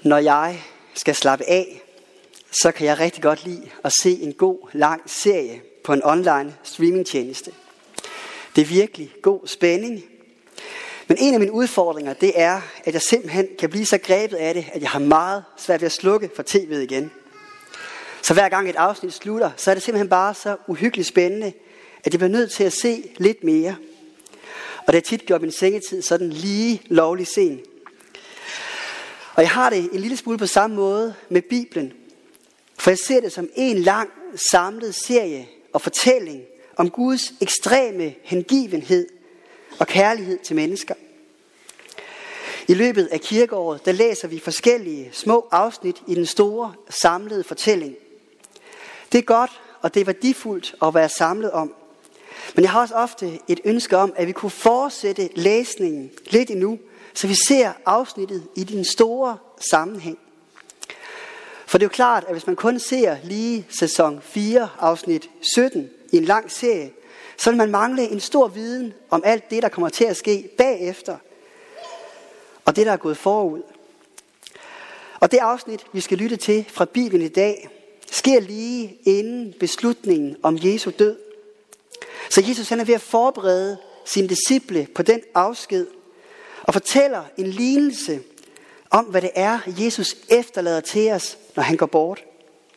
Når jeg skal slappe af, så kan jeg rigtig godt lide at se en god, lang serie på en online streamingtjeneste. Det er virkelig god spænding. Men en af mine udfordringer, det er, at jeg simpelthen kan blive så grebet af det, at jeg har meget svært ved at slukke for tv'et igen. Så hver gang et afsnit slutter, så er det simpelthen bare så uhyggeligt spændende, at jeg bliver nødt til at se lidt mere. Og det har tit gjort min sengetid sådan lige lovlig sen. Og jeg har det en lille smule på samme måde med Bibelen. For jeg ser det som en lang, samlet serie og fortælling om Guds ekstreme hengivenhed og kærlighed til mennesker. I løbet af kirkeåret, der læser vi forskellige små afsnit i den store, samlede fortælling. Det er godt, og det er værdifuldt at være samlet om. Men jeg har også ofte et ønske om, at vi kunne fortsætte læsningen lidt endnu, så vi ser afsnittet i den store sammenhæng. For det er jo klart, at hvis man kun ser lige sæson 4, afsnit 17 i en lang serie, så vil man mangle en stor viden om alt det, der kommer til at ske bagefter, og det, der er gået forud. Og det afsnit, vi skal lytte til fra Bibelen i dag, sker lige inden beslutningen om Jesu død. Så Jesus han er ved at forberede sine disciple på den afsked, og fortæller en lignelse om, hvad det er, Jesus efterlader til os, når han går bort.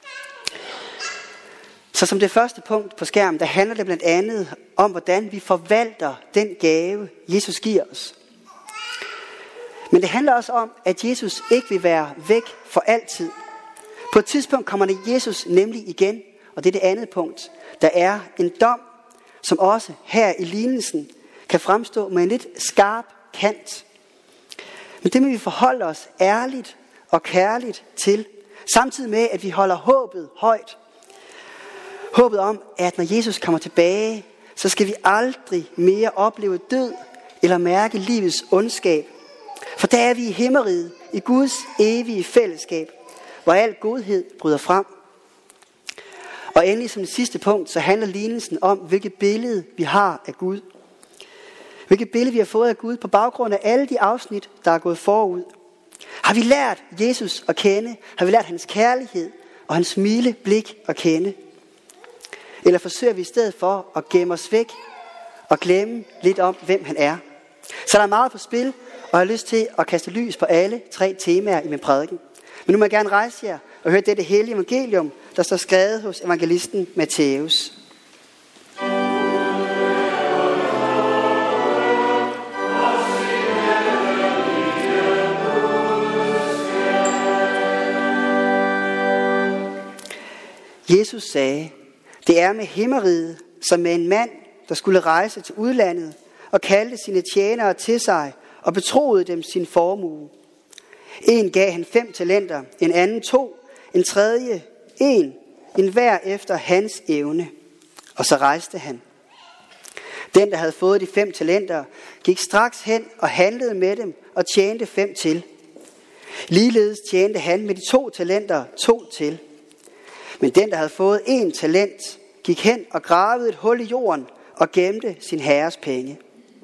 Så som det første punkt på skærmen, der handler det blandt andet om, hvordan vi forvalter den gave, Jesus giver os. Men det handler også om, at Jesus ikke vil være væk for altid. På et tidspunkt kommer det Jesus nemlig igen, og det er det andet punkt. Der er en dom, som også her i lignelsen kan fremstå med en lidt skarp kant. Men det må vi forholde os ærligt og kærligt til, samtidig med, at vi holder håbet højt. Håbet om, at når Jesus kommer tilbage, så skal vi aldrig mere opleve død eller mærke livets ondskab. For der er vi i himmeriget, i Guds evige fællesskab, hvor al godhed bryder frem. Og endelig som det sidste punkt, så handler lignelsen om, hvilket billede vi har af Gud. Hvilket billede vi har fået af Gud på baggrund af alle de afsnit, der er gået forud. Har vi lært Jesus at kende? Har vi lært hans kærlighed og hans milde blik at kende? Eller forsøger vi i stedet for at gemme os væk og glemme lidt om, hvem han er? Så der er meget på spil, og jeg har lyst til at kaste lys på alle 3 temaer i min prædiken. Men nu må jeg gerne rejse jer og høre dette hellige evangelium, der står skrevet hos evangelisten Matthæus. Jesus sagde, det er med himmeriget som med en mand, der skulle rejse til udlandet og kaldte sine tjenere til sig og betroede dem sin formue. En gav han 5 talenter, en anden 2, en tredje 1, en hver efter hans evne. Og så rejste han. Den, der havde fået de 5 talenter, gik straks hen og handlede med dem og tjente 5 til. Ligeledes tjente han med de 2 talenter 2 til. Men den, der havde fået 1 talent, gik hen og gravede et hul i jorden og gemte sin herres penge.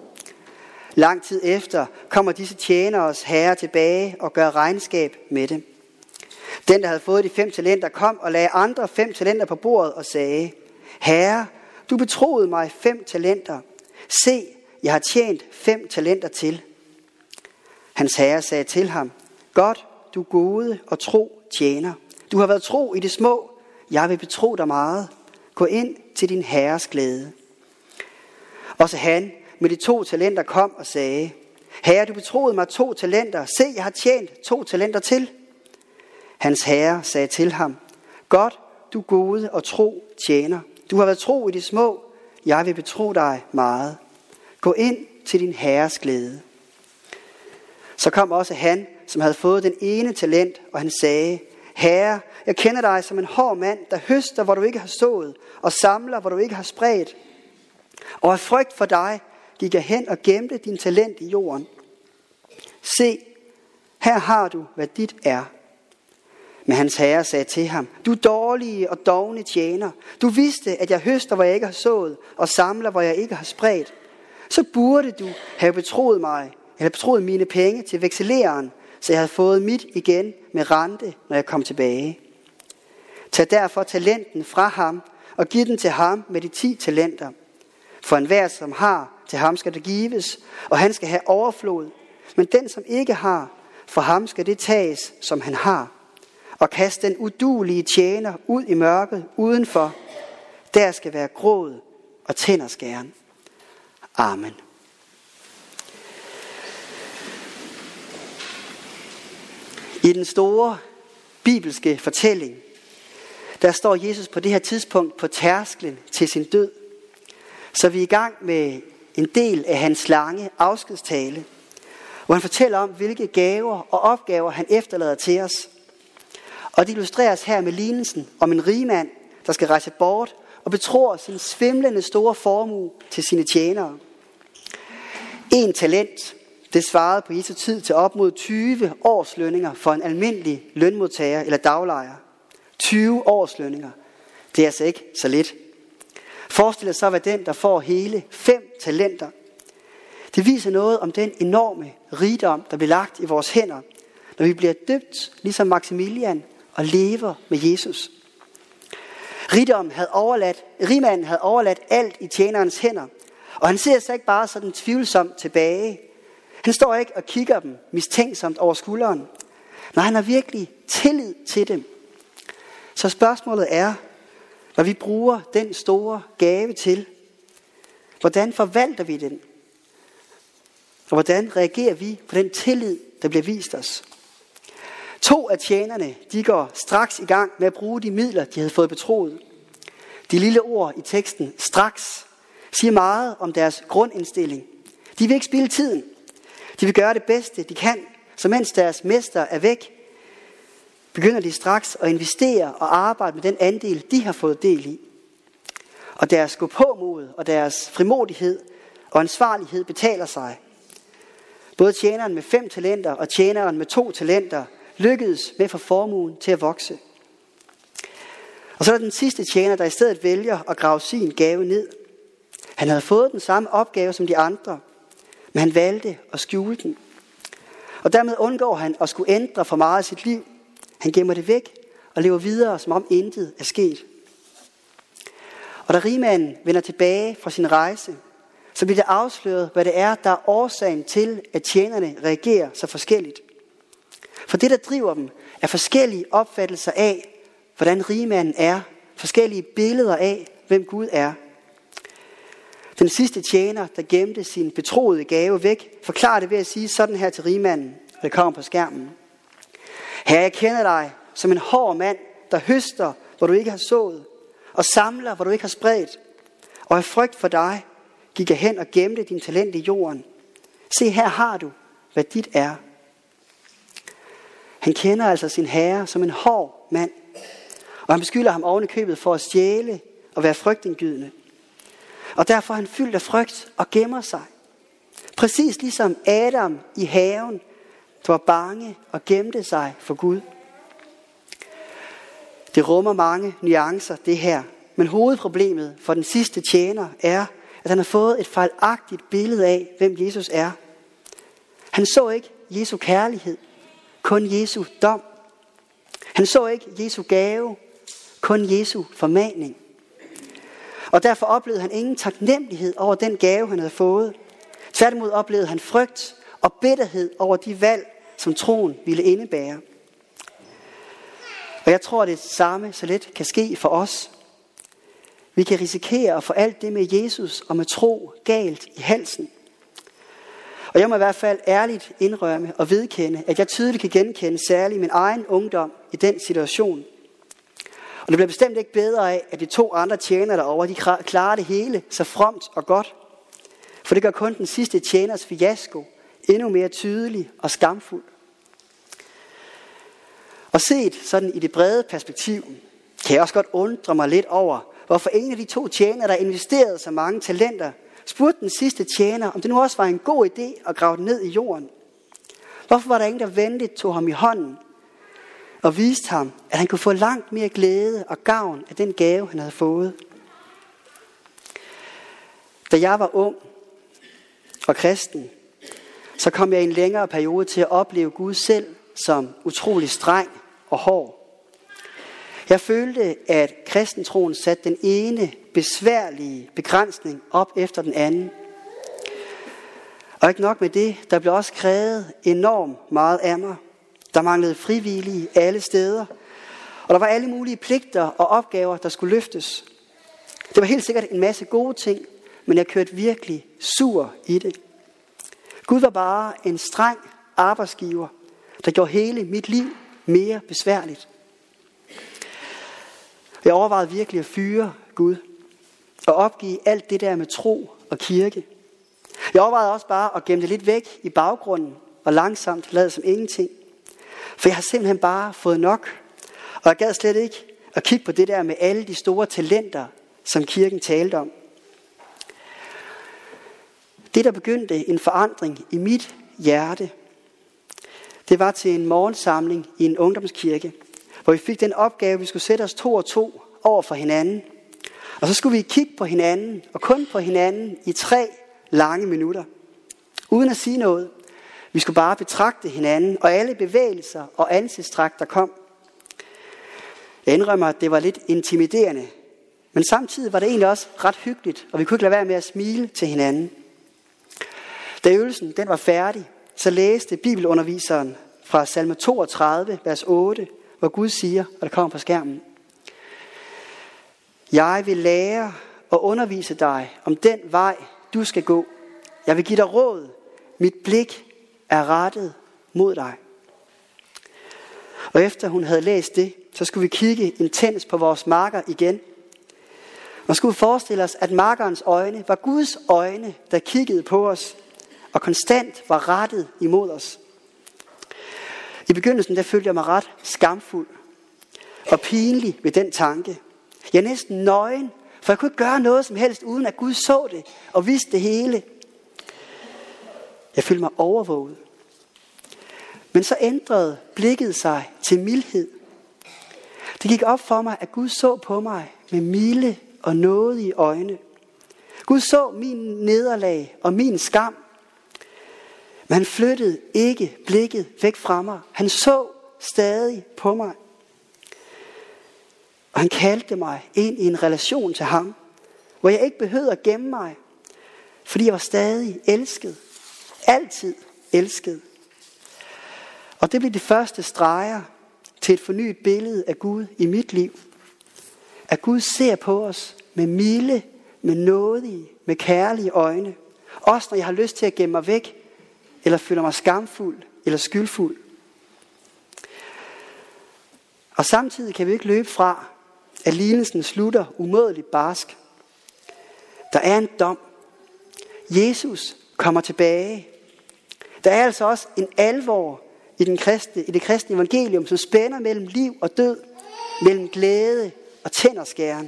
Lang tid efter kommer disse tjeneres herre tilbage og gør regnskab med dem. Den, der havde fået de 5 talenter, kom og lagde andre 5 talenter på bordet og sagde, Herre, du betroede mig 5 talenter. Se, jeg har tjent 5 talenter til. Hans herre sagde til ham, godt, du gode og tro tjener. Du har været tro i det små. Jeg vil betro dig meget. Gå ind til din herres glæde. Også han med de 2 talenter kom og sagde, Herre, du betroede mig 2 talenter. Se, jeg har tjent 2 talenter til. Hans herre sagde til ham, godt, du gode og tro tjener. Du har været tro i det små. Jeg vil betro dig meget. Gå ind til din herres glæde. Så kom også han, som havde fået den ene talent, og han sagde, Herre, jeg kender dig som en hård mand, der høster, hvor du ikke har sået, og samler, hvor du ikke har spredt. Og af frygt for dig gik jeg hen og gemte din talent i jorden. Se, her har du, hvad dit er. Men hans herre sagde til ham, du dårlige og dovne tjener, du vidste, at jeg høster, hvor jeg ikke har sået, og samler, hvor jeg ikke har spredt. Så burde du have betroet mig, eller betroet mine penge til vekselereren, så jeg havde fået mit igen med rente, når jeg kom tilbage. Tag derfor talenten fra ham og giv den til ham med de 10 talenter. For enhver, som har, til ham skal det gives, og han skal have overflod. Men den, som ikke har, for ham skal det tages, som han har. Og kast den uduelige tjener ud i mørket udenfor. Der skal være gråd og tænderskæren. Amen. I den store bibelske fortælling, der står Jesus på det her tidspunkt på tærsklen til sin død. Så vi er i gang med en del af hans lange afskedstale, hvor han fortæller om, hvilke gaver og opgaver han efterlader til os. Og det illustreres her med lignelsen om en rigmand, der skal rejse bort og betror sin svimlende store formue til sine tjenere. 1 talent, det svarede på Jesu tid til op mod 20 årslønninger for en almindelig lønmodtager eller daglejer. 20 årslønninger. Det er altså ikke så lidt. Forestil dig så, hvad den, der får hele 5 talenter. Det viser noget om den enorme rigdom, der bliver lagt i vores hænder, når vi bliver døbt, ligesom Maximilian, og lever med Jesus. Rigmanden havde overladt alt i tjenerens hænder, og han ser sig ikke bare sådan tvivlsomt tilbage. Han står ikke og kigger dem mistænksomt over skulderen. Nej, han har virkelig tillid til dem. Så spørgsmålet er, hvad vi bruger den store gave til. Hvordan forvalter vi den? Og hvordan reagerer vi på den tillid, der bliver vist os? 2 af tjenerne, de går straks i gang med at bruge de midler, de havde fået betroet. De lille ord i teksten, straks, siger meget om deres grundindstilling. De vil ikke spilde tiden. De vil gøre det bedste, de kan, så mens deres mester er væk, begynder de straks at investere og arbejde med den andel, de har fået del i. Og deres gå-på-mod og deres frimodighed og ansvarlighed betaler sig. Både tjeneren med 5 talenter og tjeneren med 2 talenter lykkedes med at få formuen til at vokse. Og så er der den sidste tjener, der i stedet vælger at grave sin gave ned. Han havde fået den samme opgave som de andre, men han valgte at skjule den. Og dermed undgår han at skulle ændre for meget af sit liv. Han gemmer det væk og lever videre, som om intet er sket. Og da rigmanden vender tilbage fra sin rejse, så bliver det afsløret, hvad det er, der er årsagen til, at tjenerne reagerer så forskelligt. For det, der driver dem, er forskellige opfattelser af, hvordan rigmanden er. Forskellige billeder af, hvem Gud er. Den sidste tjener, der gemte sin betroede gave væk, forklarer det ved at sige sådan her til rigmanden, og det kommer på skærmen. Herre, jeg kender dig som en hård mand, der høster, hvor du ikke har sået, og samler, hvor du ikke har spredt. Og af frygt for dig gik jeg hen og gemte din talent i jorden. Se, her har du, hvad dit er. Han kender altså sin herre som en hård mand, og han beskylder ham oven i købet for at stjæle og være frygtindgydende. Og derfor er han fyldt af frygt og gemmer sig. Præcis ligesom Adam i haven, der var bange og gemte sig for Gud. Det rummer mange nuancer, det her. Men hovedproblemet for den sidste tjener er, at han har fået et fejlagtigt billede af, hvem Jesus er. Han så ikke Jesu kærlighed, kun Jesu dom. Han så ikke Jesu gave, kun Jesu formaning. Og derfor oplevede han ingen taknemmelighed over den gave, han havde fået. Tværtimod oplevede han frygt og bitterhed over de valg, som troen ville indebære. Og jeg tror, det samme så let kan ske for os. Vi kan risikere at få alt det med Jesus og med tro galt i halsen. Og jeg må i hvert fald ærligt indrømme og vedkende, at jeg tydeligt kan genkende særligt min egen ungdom i den situation. Og det bliver bestemt ikke bedre af, at de 2 andre tjenere derovre, de klarer det hele så fromt og godt. For det gør kun den sidste tjeners fiasko endnu mere tydelig og skamfuld. Og set sådan i det brede perspektiv, kan jeg også godt undre mig lidt over, hvorfor en af de 2 tjenere, der investerede så mange talenter, spurgte den sidste tjener, om det nu også var en god idé at grave den ned i jorden. Hvorfor var der ingen, der venligt tog ham i hånden og viste ham, at han kunne få langt mere glæde og gavn af den gave, han havde fået? Da jeg var ung og kristen, så kom jeg i en længere periode til at opleve Gud selv som utrolig streng og hård. Jeg følte, at kristentroen satte den ene besværlige begrænsning op efter den anden. Og ikke nok med det, der blev også krævet enormt meget af mig. Der manglede frivillige alle steder, og der var alle mulige pligter og opgaver, der skulle løftes. Det var helt sikkert en masse gode ting, men jeg kørte virkelig sur i det. Gud var bare en streng arbejdsgiver, der gjorde hele mit liv mere besværligt. Jeg overvejede virkelig at fyre Gud og opgive alt det der med tro og kirke. Jeg overvejede også bare at gemme det lidt væk i baggrunden og langsomt lade som ingenting. For jeg har simpelthen bare fået nok, og jeg gad slet ikke at kigge på det der med alle de store talenter, som kirken talte om. Det, der begyndte en forandring i mit hjerte, det var til en morgensamling i en ungdomskirke, hvor vi fik den opgave, at vi skulle sætte os 2 og 2 over for hinanden. Og så skulle vi kigge på hinanden, og kun på hinanden i 3 lange minutter, uden at sige noget. Vi skulle bare betragte hinanden, og alle bevægelser og ansigtstræk, der kom. Jeg indrømmer, at det var lidt intimiderende, men samtidig var det egentlig også ret hyggeligt, og vi kunne ikke lade være med at smile til hinanden. Da øvelsen den var færdig, så læste bibelunderviseren fra salme 32, vers 8, hvor Gud siger, og det kommer på skærmen: Jeg vil lære og undervise dig om den vej, du skal gå. Jeg vil give dig råd. Mit blik er rettet mod dig. Og efter hun havde læst det, så skulle vi kigge intens på vores makker igen. Og skulle forestille os, at makkerens øjne var Guds øjne, der kiggede på os, og konstant var rettet imod os. I begyndelsen der følte jeg mig ret skamfuld og pinlig ved den tanke. Jeg er næsten nøgen, for jeg kunne ikke gøre noget som helst, uden at Gud så det og vidste det hele. Jeg følte mig overvåget. Men så ændrede blikket sig til mildhed. Det gik op for mig, at Gud så på mig med milde og nådige øjne. Gud så min nederlag og min skam. Men han flyttede ikke blikket væk fra mig. Han så stadig på mig. Og han kaldte mig ind i en relation til ham, hvor jeg ikke behøvede at gemme mig, fordi jeg var stadig elsket. Altid elsket. Og det blev de første streger til et fornyet billede af Gud i mit liv. At Gud ser på os med milde, med nådige, med kærlige øjne. Også når jeg har lyst til at gemme mig væk, eller føler mig skamfuld eller skyldfuld. Og samtidig kan vi ikke løbe fra, at lignelsen slutter umådeligt barsk. Der er en dom. Jesus kommer tilbage. Der er altså også en alvor i det kristne evangelium, som spænder mellem liv og død, mellem glæde og tænderskæren.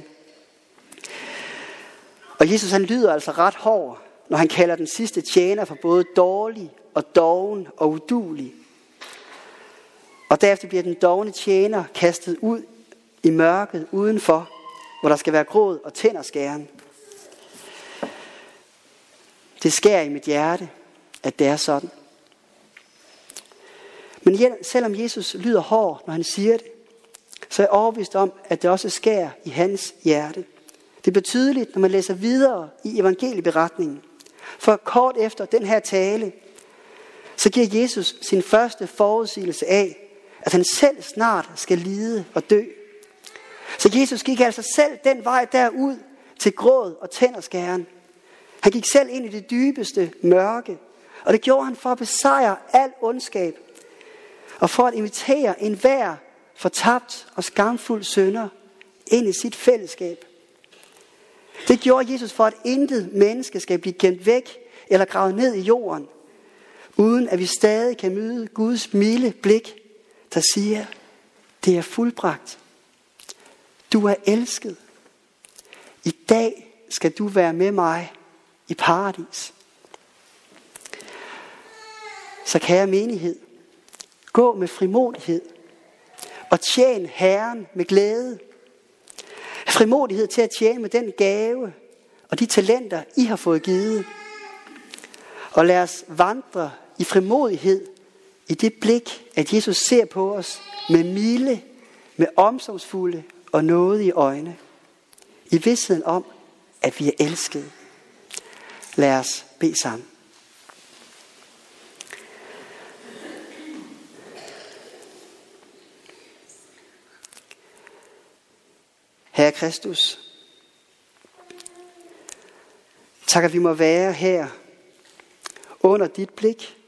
Og Jesus han lyder altså ret hård, når han kalder den sidste tjener for både dårlig og doven og uduelig. Og derefter bliver den dovne tjener kastet ud i mørket udenfor, hvor der skal være gråd og tænderskæren. Det skærer i mit hjerte, at det er sådan. Men selvom Jesus lyder hård, når han siger det, så er jeg overbevist om, at det også skærer i hans hjerte. Det bliver tydeligt, når man læser videre i evangelieberetningen. For kort efter den her tale, så giver Jesus sin første forudsigelse af, at han selv snart skal lide og dø. Så Jesus gik altså selv den vej derud til gråd og tænderskæren. Han gik selv ind i det dybeste mørke, og det gjorde han for at besejre al ondskab, og for at invitere enhver fortabt og skamfuld synder ind i sit fællesskab. Det gjorde Jesus for, at intet menneske skal blive gemt væk eller gravet ned i jorden, uden at vi stadig kan møde Guds milde blik, der siger, det er fuldbragt. Du er elsket. I dag skal du være med mig i paradis. Så kære menighed, gå med frimodighed og tjen Herren med glæde. Frimodighed til at tjene med den gave og de talenter, I har fået givet. Og lad os vandre i frimodighed I det blik, at Jesus ser på os med milde, med omsorgsfulde og nådige øjne. I vidstheden om, at vi er elskede. Lad os bede sammen. Herre Kristus, tak at vi må være her under dit blik.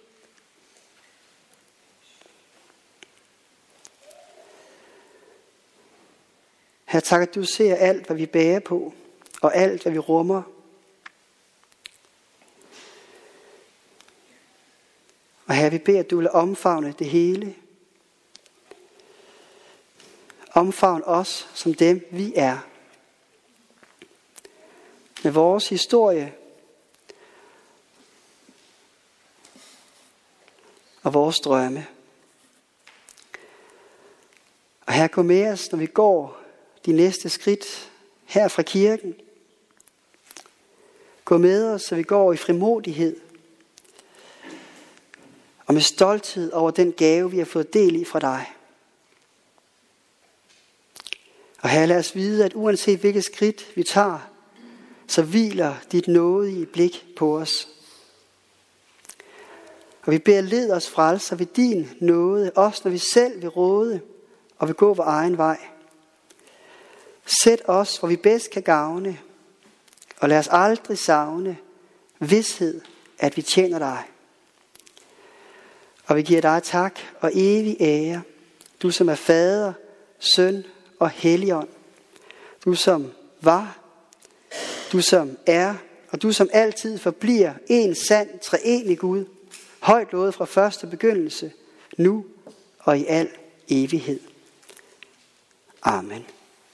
Herre, tak at du ser alt, hvad vi bærer på, og alt, hvad vi rummer. Og Herre, vi beder, at du vil omfavne det hele. Omfavn os som dem, vi er. Med vores historie og vores drømme. Og Herre, gå med os, når vi går de næste skridt her fra kirken. Gå med os, så vi går i frimodighed og med stolthed over den gave, vi har fået del i fra dig. Og Herre, lad os vide, at uanset hvilket skridt vi tager, så hviler dit nådige blik på os. Og vi beder, led os frelser ved din nåde, også når vi selv vil råde og vil gå vor egen vej. Sæt os, hvor vi bedst kan gavne, og lad os aldrig savne vished, at vi tjener dig. Og vi giver dig tak og evig ære, du som er Fader, Søn og Helligånd. Du som var, du som er, og du som altid forbliver en sand, treenig Gud, højt lovet fra første begyndelse, nu og i al evighed. Amen.